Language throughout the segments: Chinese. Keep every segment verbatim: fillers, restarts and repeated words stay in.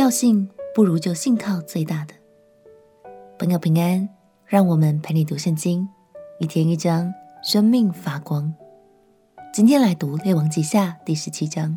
要信不如就信靠最大的。朋友平安，让我们陪你读圣经，一天一章，生命发光。今天来读列王记下第十七章。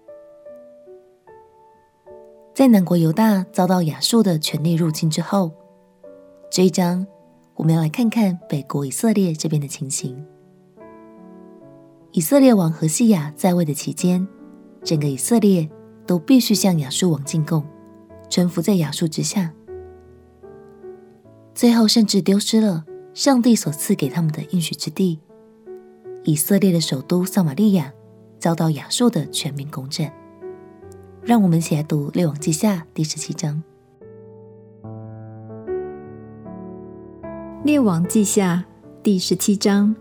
在南国犹大遭到亚述的全力入侵之后，这一章我们要来看看北国以色列这边的情形。以色列王何西亚在位的期间，整个以色列都必须向亚述王进贡，臣服在亚述之下，最后甚至丢失了上帝所赐给他们的应许之地。以色列的首都撒玛利亚遭到亚述的全面攻占。让我们一起来读列王记下第十七章。 列王记下第十七章。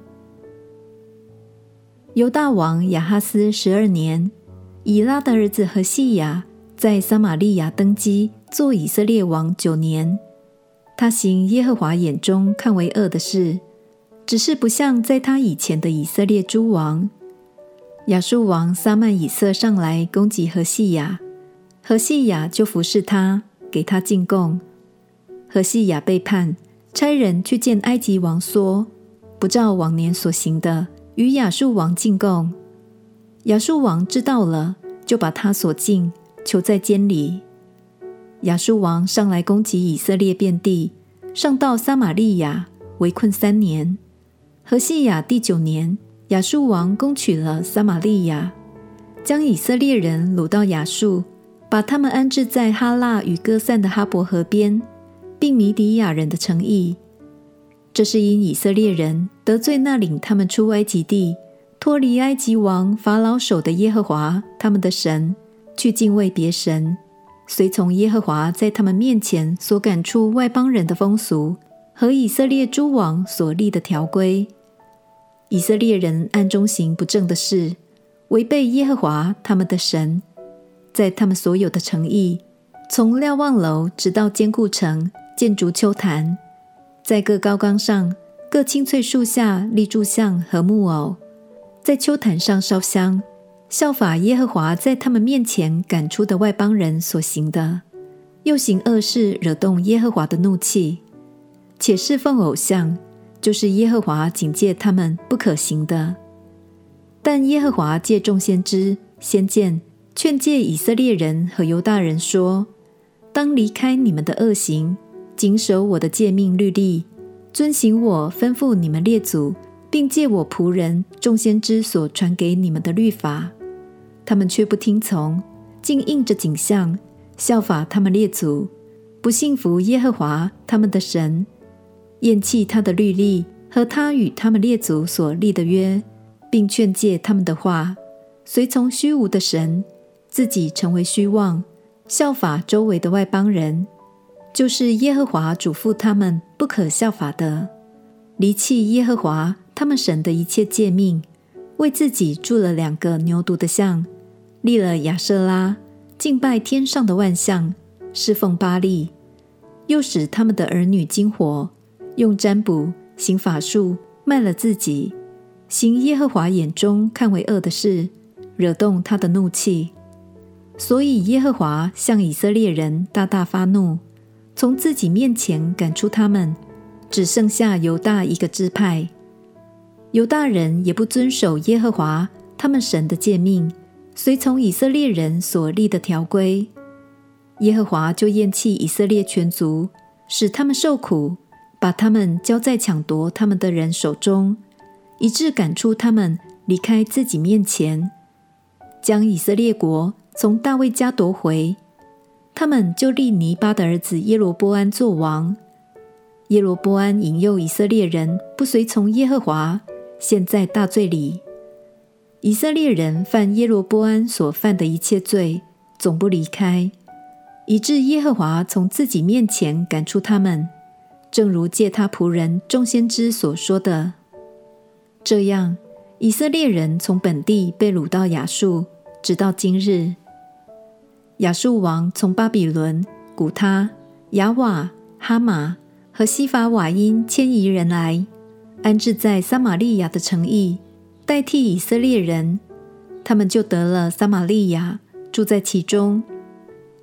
犹大王亚哈斯十二年，以拉的儿子何西亚在撒玛利亚登基，做以色列王九年。他行耶和华眼中看为恶的事，只是不像在他以前的以色列诸王。亚述王撒曼以色上来攻击何西亚，何西亚就服侍他，给他进贡。何西亚背叛，差人去见埃及王说，不照往年所行的，与亚述王进贡。亚述王知道了，就把他锁禁，囚在监里。亚述王上来攻击以色列遍地，上到撒玛利亚，围困三年。何西亚第九年，亚述王攻取了撒玛利亚，将以色列人掳到亚述，把他们安置在哈辣与歌散的哈伯河边，并米底亚人的城邑。这是因以色列人得罪那领他们出埃及地、脱离埃及王法老手的耶和华他们的神，去敬畏别神，随从耶和华在他们面前所赶出外邦人的风俗和以色列诸王所立的条规。以色列人暗中行不正的事，违背耶和华他们的神，在他们所有的城邑，从瞭望楼直到坚固城，建筑丘坛，在各高岗上、各青翠树下立柱像和木偶，在丘坛上烧香，效法耶和华在他们面前赶出的外邦人所行的，又行恶事，惹动耶和华的怒气，且侍奉偶像，就是耶和华警戒他们不可行的。但耶和华借众先知、先见劝诫以色列人和犹大人说，当离开你们的恶行，谨守我的诫命律例，遵行我吩咐你们列祖，并借我仆人众先知所传给你们的律法。他们却不听从，竟应着景象，效法他们列祖，不信服耶和华他们的神，厌弃他的律例和他与他们列祖所立的约，并劝诫他们的话，随从虚无的神，自己成为虚妄，效法周围的外邦人，就是耶和华嘱咐他们不可效法的，离弃耶和华他们神的一切诫命，为自己铸了两个牛犊的像，立了亚舍拉，敬拜天上的万象，侍奉巴力，又使他们的儿女经火，用占卜行法术，卖了自己，行耶和华眼中看为恶的事，惹动他的怒气。所以耶和华向以色列人大大发怒，从自己面前赶出他们，只剩下犹大一个支派。犹大人也不遵守耶和华他们神的诫命，随从以色列人所立的条规。耶和华就厌弃以色列全族，使他们受苦，把他们交在抢夺他们的人手中，以致赶出他们离开自己面前，将以色列国从大卫家夺回。他们就立尼巴的儿子耶罗波安做王。耶罗波安引诱以色列人不随从耶和华，陷在大罪里。以色列人犯耶罗波安所犯的一切罪，总不离开，以致耶和华从自己面前赶出他们，正如借他仆人众先知所说的。这样，以色列人从本地被掳到亚述，直到今日。亚述王从巴比伦、古他、亚瓦、哈马和西法瓦因迁移人来，安置在撒玛利亚的城邑，代替以色列人。他们就得了撒玛利亚，住在其中。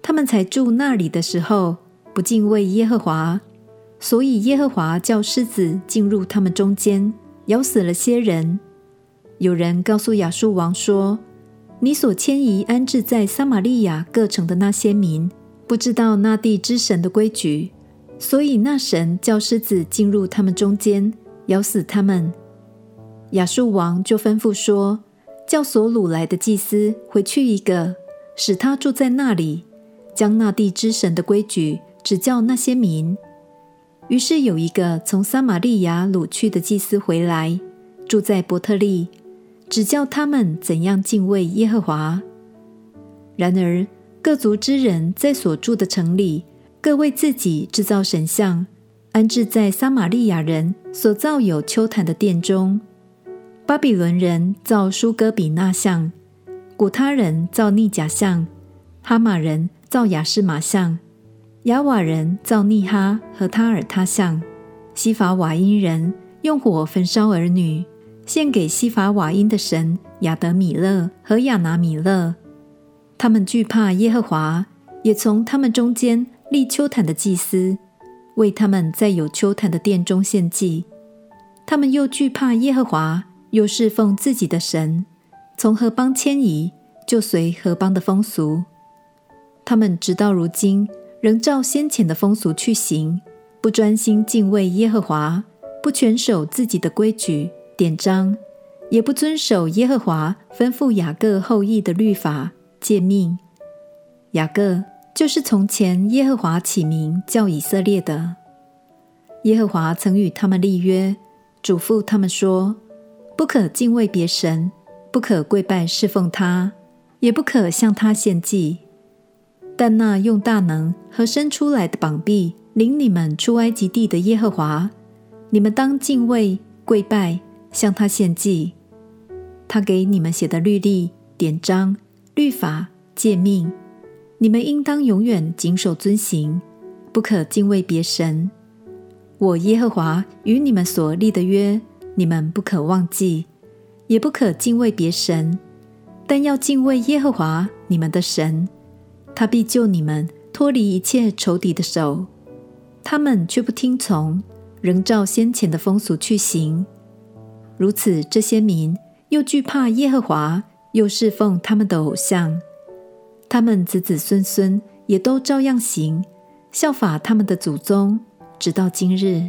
他们才住那里的时候，不敬畏耶和华，所以耶和华叫狮子进入他们中间，咬死了些人。有人告诉亚述王说，你所迁移安置在撒玛利亚各城的那些民，不知道那地之神的规矩，所以那神叫狮子进入他们中间，咬死他们。亚述王就吩咐说，叫所掳来的祭司回去一个，使他住在那里，将那地之神的规矩指教那些民。于是有一个从撒玛利亚掳去的祭司回来，住在伯特利，指教他们怎样敬畏耶和华。然而各族之人在所住的城里，各为自己制造神像，安置在撒玛利亚人所造有丘坛的殿中。巴比伦人造舒哥比纳像，古他人造逆甲像，哈马人造亚士玛像，亚瓦人造尼哈和他尔他像，西法瓦因人用火焚烧儿女，献给西法瓦因的神亚德米勒和亚拿米勒。他们惧怕耶和华，也从他们中间立丘坛的祭司，为他们在有丘坛的殿中献祭。他们又惧怕耶和华，又侍奉自己的神，从何邦迁移，就随何邦的风俗。他们直到如今仍照先前的风俗去行，不专心敬畏耶和华，不全守自己的规矩典章，也不遵守耶和华吩咐雅各后裔的律法诫命。雅各就是从前耶和华起名叫以色列的。耶和华曾与他们立约，嘱咐他们说，不可敬畏别神，不可跪拜侍奉他，也不可向他献祭。但那用大能和伸出来的膀臂领你们出埃及地的耶和华，你们当敬畏跪拜，向他献祭。他给你们写的律例典章律法诫命，你们应当永远谨守遵行，不可敬畏别神。我耶和华与你们所立的约，你们不可忘记，也不可敬畏别神，但要敬畏耶和华你们的神，他必救你们脱离一切仇敌的手。他们却不听从，仍照先前的风俗去行。如此，这些民又惧怕耶和华，又侍奉他们的偶像。他们子子孙孙也都照样行，效法他们的祖宗，直到今日。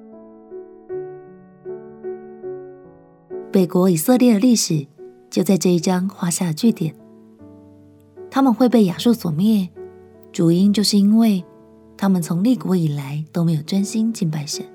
北国以色列的历史就在这一章画下句点。他们会被亚述所灭，主因就是因为他们从立国以来都没有专心敬拜神。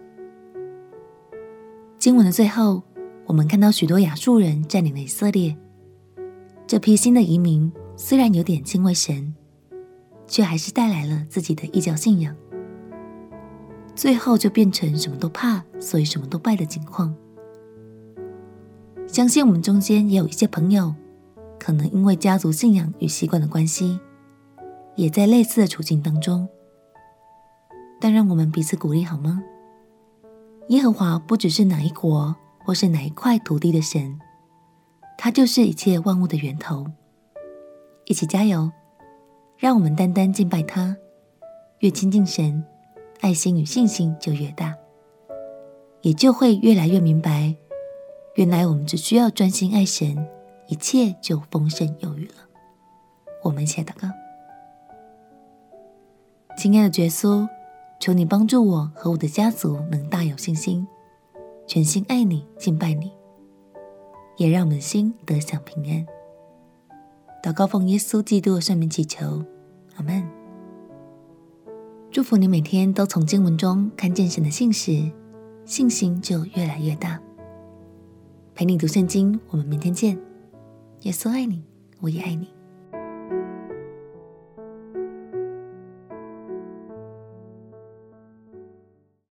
经文的最后，我们看到许多亚述人占领了以色列。这批新的移民虽然有点敬畏神，却还是带来了自己的异教信仰，最后就变成什么都怕，所以什么都拜的情况。相信我们中间也有一些朋友，可能因为家族信仰与习惯的关系，也在类似的处境当中。但让我们彼此鼓励好吗？耶和华不只是哪一国或是哪一块土地的神，他就是一切万物的源头。一起加油，让我们单单敬拜他，越亲近神，爱心与信心就越大，也就会越来越明白，原来我们只需要专心爱神，一切就丰盛有余了。我们一起来祷告。亲爱的耶稣，求你帮助我和我的家族能大有信心，全心爱你敬拜你，也让我们的心得享平安。祷告奉耶稣基督的圣名祈求，阿们。祝福你每天都从经文中看见神的信实，信心就越来越大。陪你读圣经，我们明天见。耶稣爱你，我也爱你。